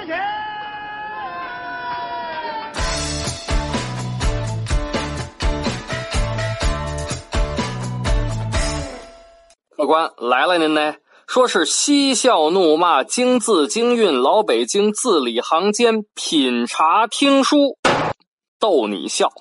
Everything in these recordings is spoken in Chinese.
钱。 客官来了您呢，说是嬉笑怒骂，京字京韵，老北京字里行间，品茶听书，逗你笑。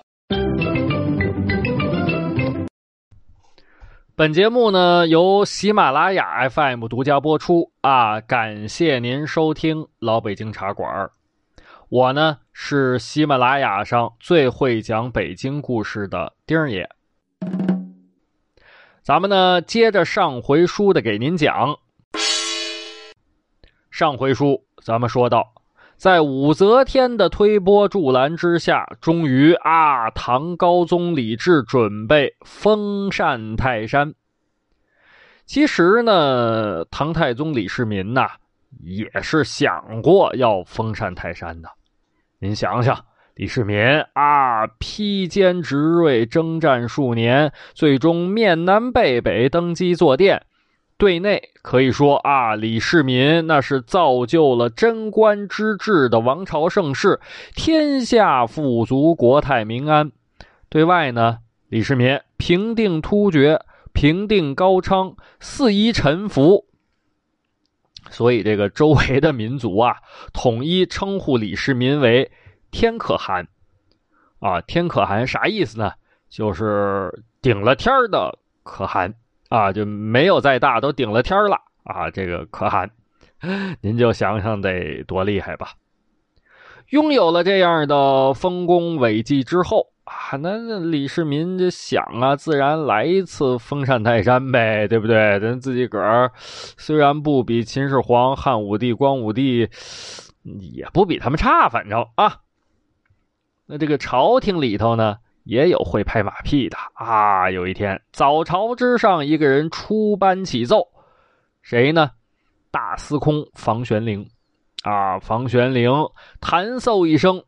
本节目呢由喜马拉雅 FM 独家播出啊，感谢您收听老北京茶馆。我呢是喜马拉雅上最会讲北京故事的丁爷。咱们呢接着上回书的给您讲。上回书咱们说到，在武则天的推波助澜之下，终于唐高宗李治准备封禅泰山。其实呢，唐太宗李世民也是想过要封禅泰山的。您想想，李世民披坚执锐，征战数年，最终面南背北登基坐殿。对内可以说李世民那是造就了贞观之治的王朝盛世，天下富足，国泰民安。对外呢，李世民平定突厥，平定高昌，四夷臣服。所以这个周围的民族统一称呼李世民为天可汗。天可汗啥意思呢？就是顶了天的可汗就没有再大，都顶了天了这个可汗，您就想想得多厉害吧。拥有了这样的丰功伟绩之后那李世民就想自然来一次封禅泰山呗，对不对？咱自己个儿虽然不比秦始皇、汉武帝、光武帝，也不比他们差，反正那这个朝廷里头呢也有会拍马屁的有一天早朝之上，一个人出班启奏，谁呢？大司空房玄龄房玄龄弹奏一声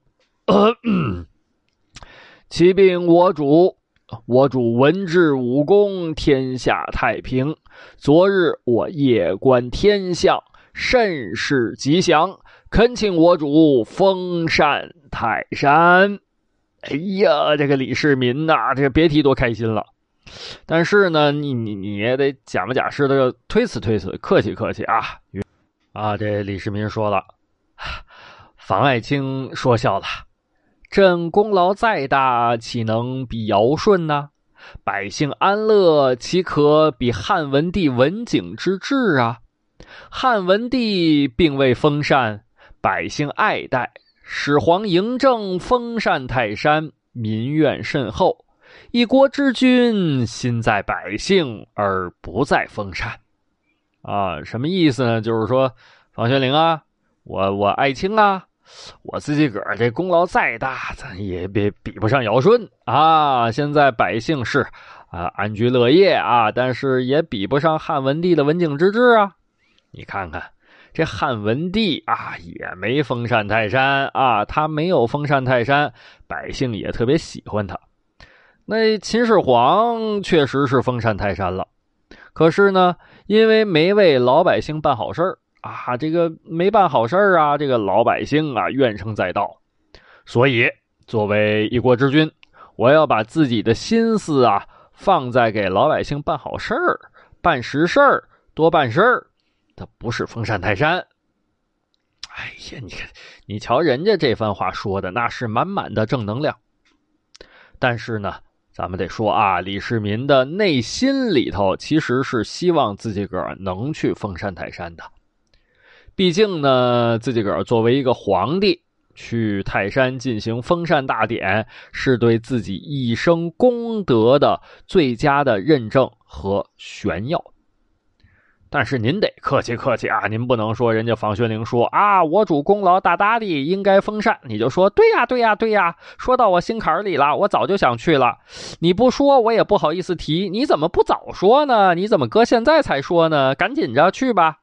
启禀我主文治武功，天下太平。昨日我夜观天象，甚是吉祥，恳请我主封禅泰山。哎呀，这个李世民这个别提多开心了。但是呢，你也得假模假式的推辞，客气这李世民说了，房爱卿说笑了，朕功劳再大，岂能比尧舜呢？百姓安乐，岂可比汉文帝文景之治啊？汉文帝并未封禅，百姓爱戴，始皇嬴政封禅泰山，民怨甚厚。一国之君，心在百姓而不在封禅什么意思呢？就是说房玄龄我爱卿我自己个儿这功劳再大，咱也别比不上尧舜现在百姓是安居乐业但是也比不上汉文帝的文景之治你看看这汉文帝也没封禅泰山他没有封禅泰山，百姓也特别喜欢他。那秦始皇确实是封禅泰山了，可是呢，因为没为老百姓办好事儿这个没办好事儿这个老百姓怨声载道。所以作为一国之君，我要把自己的心思放在给老百姓办好事儿，办实事儿，多办事儿，它不是封禅泰山。哎呀，你瞧人家这番话说的那是满满的正能量。但是呢，咱们得说李世民的内心里头其实是希望自己个儿能去封禅泰山的。毕竟呢，自己个儿作为一个皇帝去泰山进行封禅大典，是对自己一生功德的最佳的认证和炫耀。但是您得客气您不能说人家房玄龄说我主功劳大大的，应该封禅，你就说对呀，说到我心坎里了，我早就想去了。你不说我也不好意思提，你怎么不早说呢？你怎么搁现在才说呢？赶紧着去吧。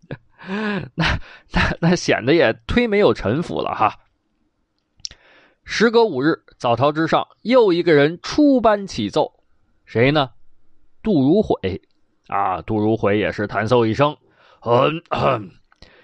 那显得也忒没有臣服了时隔5日，早朝之上又一个人出班启奏，谁呢？杜如晦杜如晦也是弹奏一声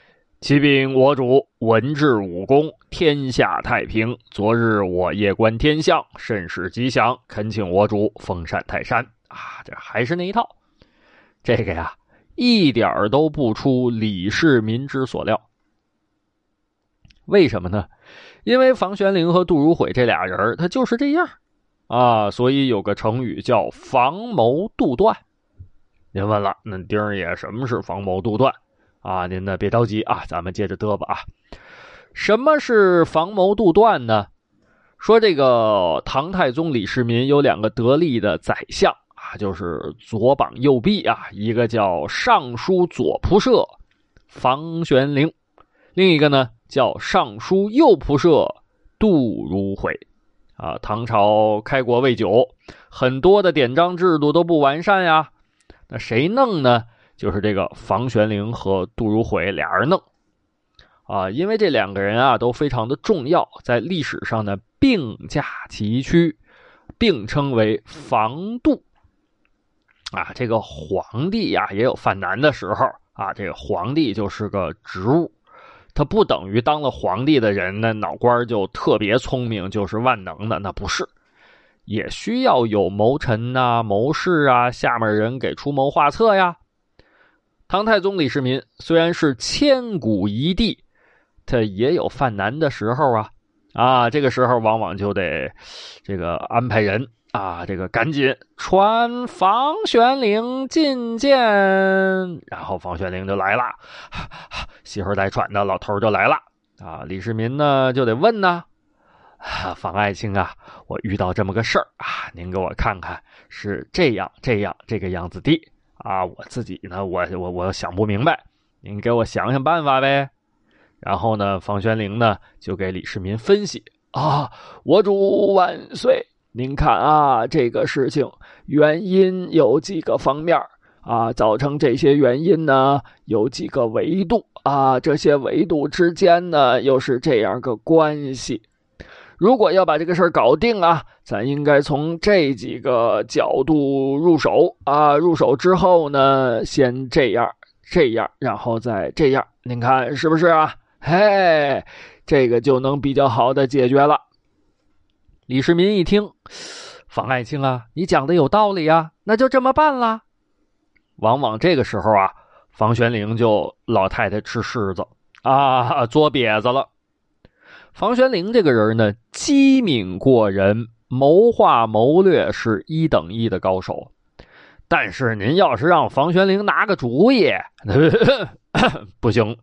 启禀我主，文治武功，天下太平。昨日我夜观天象，甚是吉祥，恳请我主封禅泰山。这还是那一套。这个呀，一点都不出李世民之所料。为什么呢？因为房玄龄和杜如晦这俩人他就是这样所以有个成语叫房谋杜断。您问了，那丁儿爷什么是房谋杜断您呢别着急咱们接着嘚吧什么是房谋杜断呢？说这个唐太宗李世民有两个得力的宰相就是左膀右臂一个叫尚书左仆射房玄龄，另一个呢叫尚书右仆射杜如晦唐朝开国未久，很多的典章制度都不完善呀。那谁弄呢？就是这个房玄龄和杜如晦俩人弄因为这两个人都非常的重要，在历史上呢并驾齐驱，并称为房杜这个皇帝也有犯难的时候这个皇帝就是个职务，他不等于当了皇帝的人呢脑瓜就特别聪明，就是万能的，那不是，也需要有谋臣谋士下面人给出谋划策呀。唐太宗李世民虽然是千古一帝，他也有犯难的时候这个时候往往就得这个安排人这个赶紧传房玄龄觐见，然后房玄龄就来了，吸口带喘的老头就来了李世民呢就得问房爱卿我遇到这么个事儿您给我看看是这样这个样子的我自己呢我想不明白，您给我想想办法呗。然后呢房玄龄呢就给李世民分析我主万岁，您看这个事情原因有几个方面造成这些原因呢有几个维度这些维度之间呢又是这样个关系。如果要把这个事儿搞定咱应该从这几个角度入手入手之后呢先这样，然后再这样，您看是不是嘿，这个就能比较好的解决了。李世民一听，房爱卿你讲的有道理那就这么办啦。往往这个时候房玄龄就老太太吃柿子作瘪子了。房玄龄这个人呢机敏过人，谋划谋略是1等1的高手，但是您要是让房玄龄拿个主意不行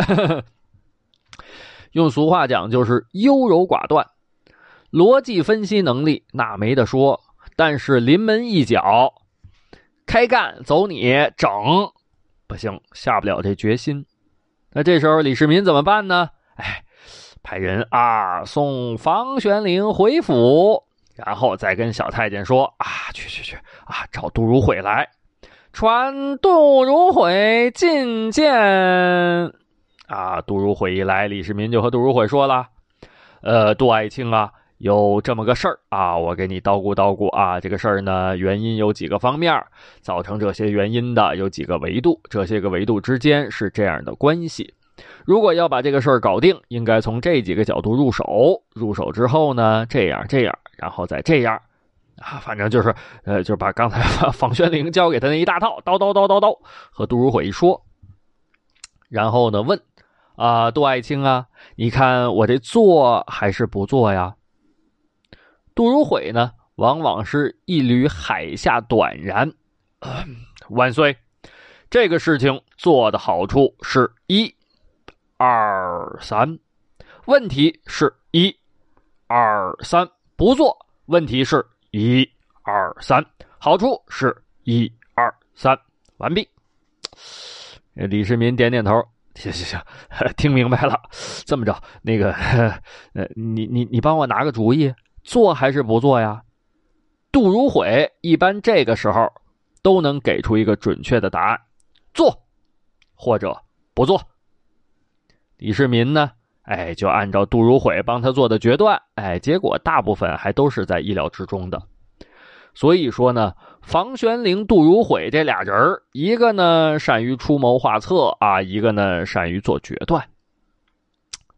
用俗话讲就是优柔寡断，逻辑分析能力那没得说，但是临门一脚开干走你整不行，下不了这决心。那这时候李世民怎么办呢？派人送房玄龄回府，然后再跟小太监说去找杜如晦来，传杜如晦觐见杜如晦一来，李世民就和杜如晦说了杜爱卿有这么个事儿我给你叨咕叨咕这个事儿呢原因有几个方面，造成这些原因的有几个维度，这些个维度之间是这样的关系。如果要把这个事儿搞定，应该从这几个角度入手，入手之后呢这样，然后再这样反正就是就是把刚才房玄龄交给他那一大套叨和杜如晦一说，然后呢问杜爱卿你看我这做还是不做呀？杜如晦呢往往是一缕海下短然万岁，这个事情做的好处是1、2、3，问题是1、2、3，不做问题是1、2、3，好处是1、2、3，完毕。李世民点点头，行，听明白了。这么着，那个你帮我拿个主意，做还是不做呀？杜如晦一般这个时候都能给出一个准确的答案，做或者不做。李世民呢就按照杜如晦帮他做的决断结果大部分还都是在意料之中的。所以说呢房玄龄杜如晦这俩人，一个呢善于出谋划策一个呢善于做决断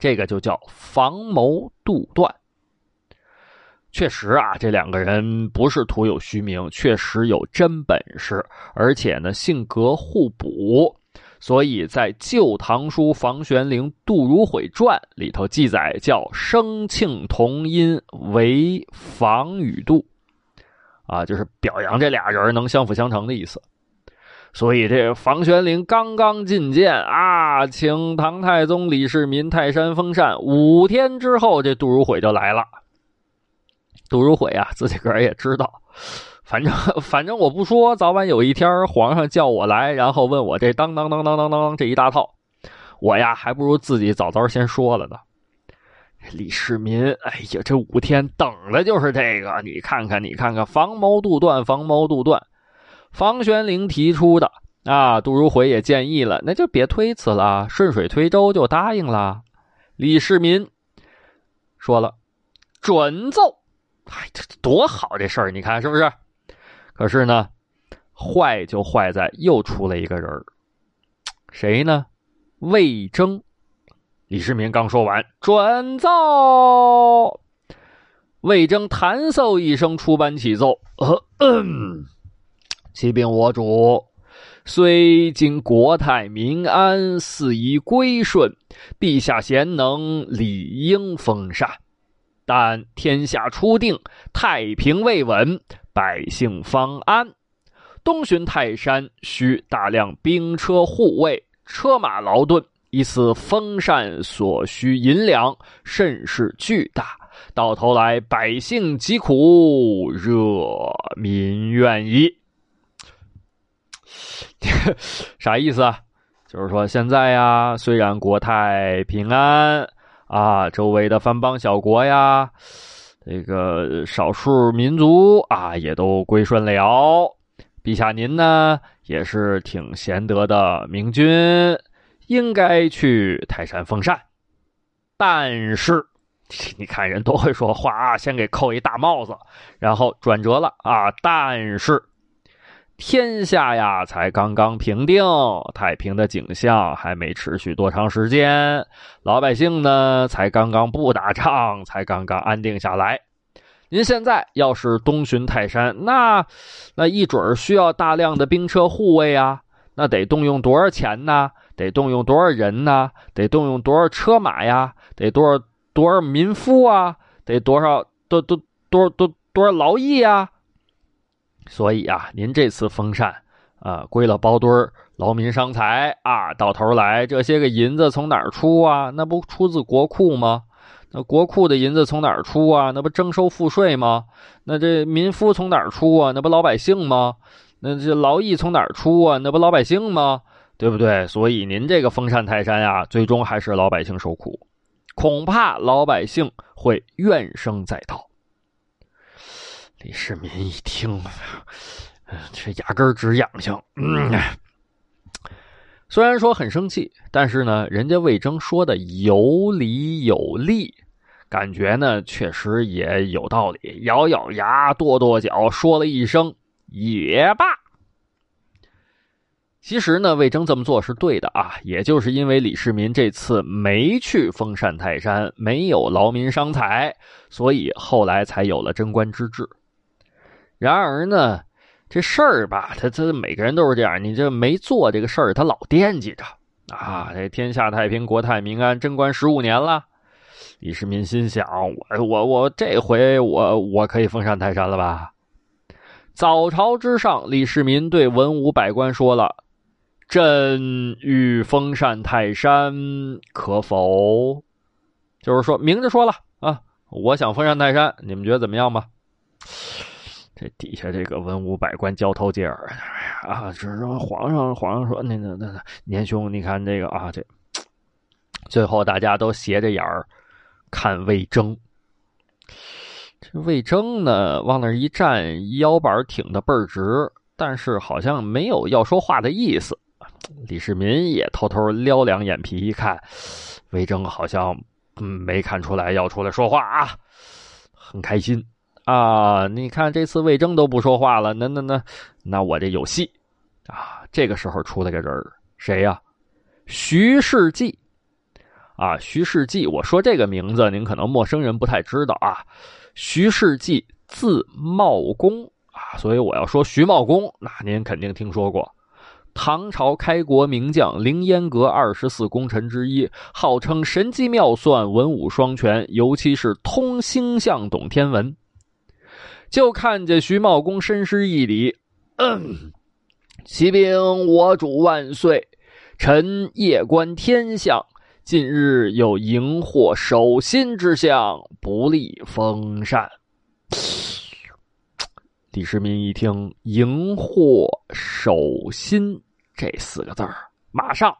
这个就叫防谋杜断。确实啊，这两个人不是徒有虚名，确实有真本事，而且呢性格互补。所以在《旧唐书房玄龄杜如晦传》里头记载，叫生庆同音为房与杜，就是表扬这俩人能相辅相成的意思。所以这房玄龄刚刚进谏啊，请唐太宗李世民泰山封禅，5天之后这杜如晦就来了。杜如晦啊，自己个儿也知道，反正我不说，早晚有一天皇上叫我来，然后问我这当这一大套，我呀还不如自己早先说了呢。李世民，哎呀，这5天等的就是这个，你看看，防谋杜断。房玄龄提出的啊，杜如晦也建议了，那就别推辞了，顺水推舟就答应了。李世民说了，准奏。这多好这事儿，你看是不是？可是呢，坏就坏在又出了一个人，谁呢？魏征。李世民刚说完，准奏。魏征弹奏一声，出班启奏：启禀我主，虽今国泰民安，四夷归顺，陛下贤能，理应封禅。但天下初定，太平未稳，百姓方安。东巡泰山，需大量兵车护卫，车马劳顿，以此封禅所需银两甚是巨大，到头来百姓疾苦，热民怨矣。啥意思啊？就是说现在呀，虽然国泰平安啊，周围的藩邦小国呀，这个少数民族啊也都归顺了，陛下您呢也是挺贤德的明君，应该去泰山封禅。但是你看人都会说话啊，先给扣一大帽子，然后转折了啊。但是天下呀才刚刚平定，太平的景象还没持续多长时间，老百姓呢才刚刚不打仗，才刚刚安定下来。您现在要是东巡泰山，那一准需要大量的兵车护卫啊，那得动用多少钱呢？得动用多少人呢？得动用多少车马呀？得多少民夫啊？得多少劳役啊？所以啊，您这次封禅归了包堆儿，劳民伤财啊，到头来这些个银子从哪儿出啊？那不出自国库吗？那国库的银子从哪儿出啊？那不征收赋税吗？那这民夫从哪儿出啊？那不老百姓吗？那这劳役从哪儿出啊？那不老百姓吗？对不对？所以您这个封禅泰山啊，最终还是老百姓受苦，恐怕老百姓会怨声载道。李世民一听，这牙根直痒痒。虽然说很生气，但是呢，人家魏征说的有理有利，感觉呢确实也有道理。咬咬牙，跺跺脚，说了一声也罢。其实呢，魏征这么做是对的啊，也就是因为李世民这次没去封禅泰山，没有劳民伤财，所以后来才有了贞观之治。然而呢，这事儿吧，他每个人都是这样，你这没做这个事儿，他老惦记着啊。这天下太平，国泰民安，贞观15年了。李世民心想，我这回我可以封禅泰山了吧？早朝之上，李世民对文武百官说了：“朕欲封禅泰山，可否？”就是说明着说了啊，我想封禅泰山，你们觉得怎么样吧？这底下这个文武百官交头接耳啊，只是说皇上说那年兄，你看这个啊，这最后大家都斜着眼儿看魏征。这魏征呢，往那儿一站，腰板挺得倍儿直，但是好像没有要说话的意思。李世民也偷偷撩2眼皮，一看魏征好像没看出来要出来说话啊，很开心啊！你看这次魏征都不说话了，那我这有戏啊！这个时候出了个人，谁呀？徐世绩啊，徐世绩，我说这个名字您可能陌生人不太知道啊。徐世绩字茂公啊，所以我要说徐茂公，那您肯定听说过。唐朝开国名将，凌烟阁24功臣之一，号称神机妙算，文武双全，尤其是通星象，懂天文。就看见徐茂公深施一礼，启禀我主万岁，臣夜观天象，近日有荧惑守心之象，不利封禅。李世民一听荧惑守心这4个字儿，马上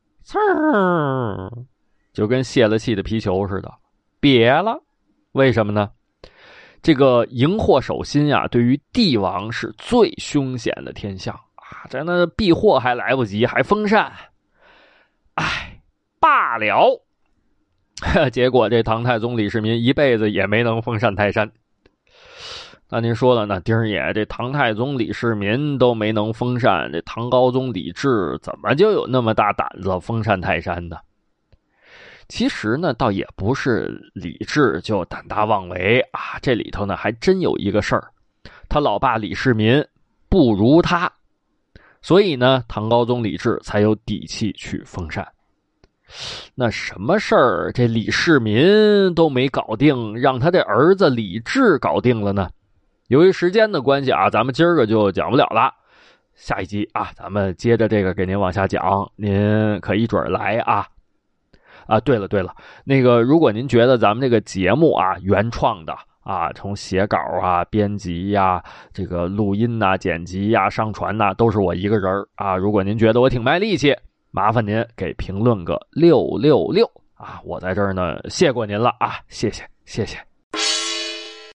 就跟泄了气的皮球似的瘪了。为什么呢？这个荧惑守心啊，对于帝王是最凶险的天象啊！在那避祸还来不及，还封禅，罢了。结果这唐太宗李世民一辈子也没能封禅泰山。那您说了，那丁儿爷这唐太宗李世民都没能封禅，这唐高宗李治怎么就有那么大胆子封禅泰山呢？其实呢，倒也不是李治就胆大妄为啊，这里头呢还真有一个事儿，他老爸李世民不如他，所以呢，唐高宗李治才有底气去封禅。那什么事儿这李世民都没搞定，让他这儿子李治搞定了呢？由于时间的关系啊，咱们今儿个就讲不了了。下一集啊，咱们接着这个给您往下讲，您可一准来啊。对了，那个如果您觉得咱们这个节目啊原创的啊，从写稿啊、编辑呀、这个录音呐、剪辑呀、上传呐，都是我一个人啊。如果您觉得我挺卖力气，麻烦您给评论个666啊，我在这儿呢谢过您了啊，谢谢。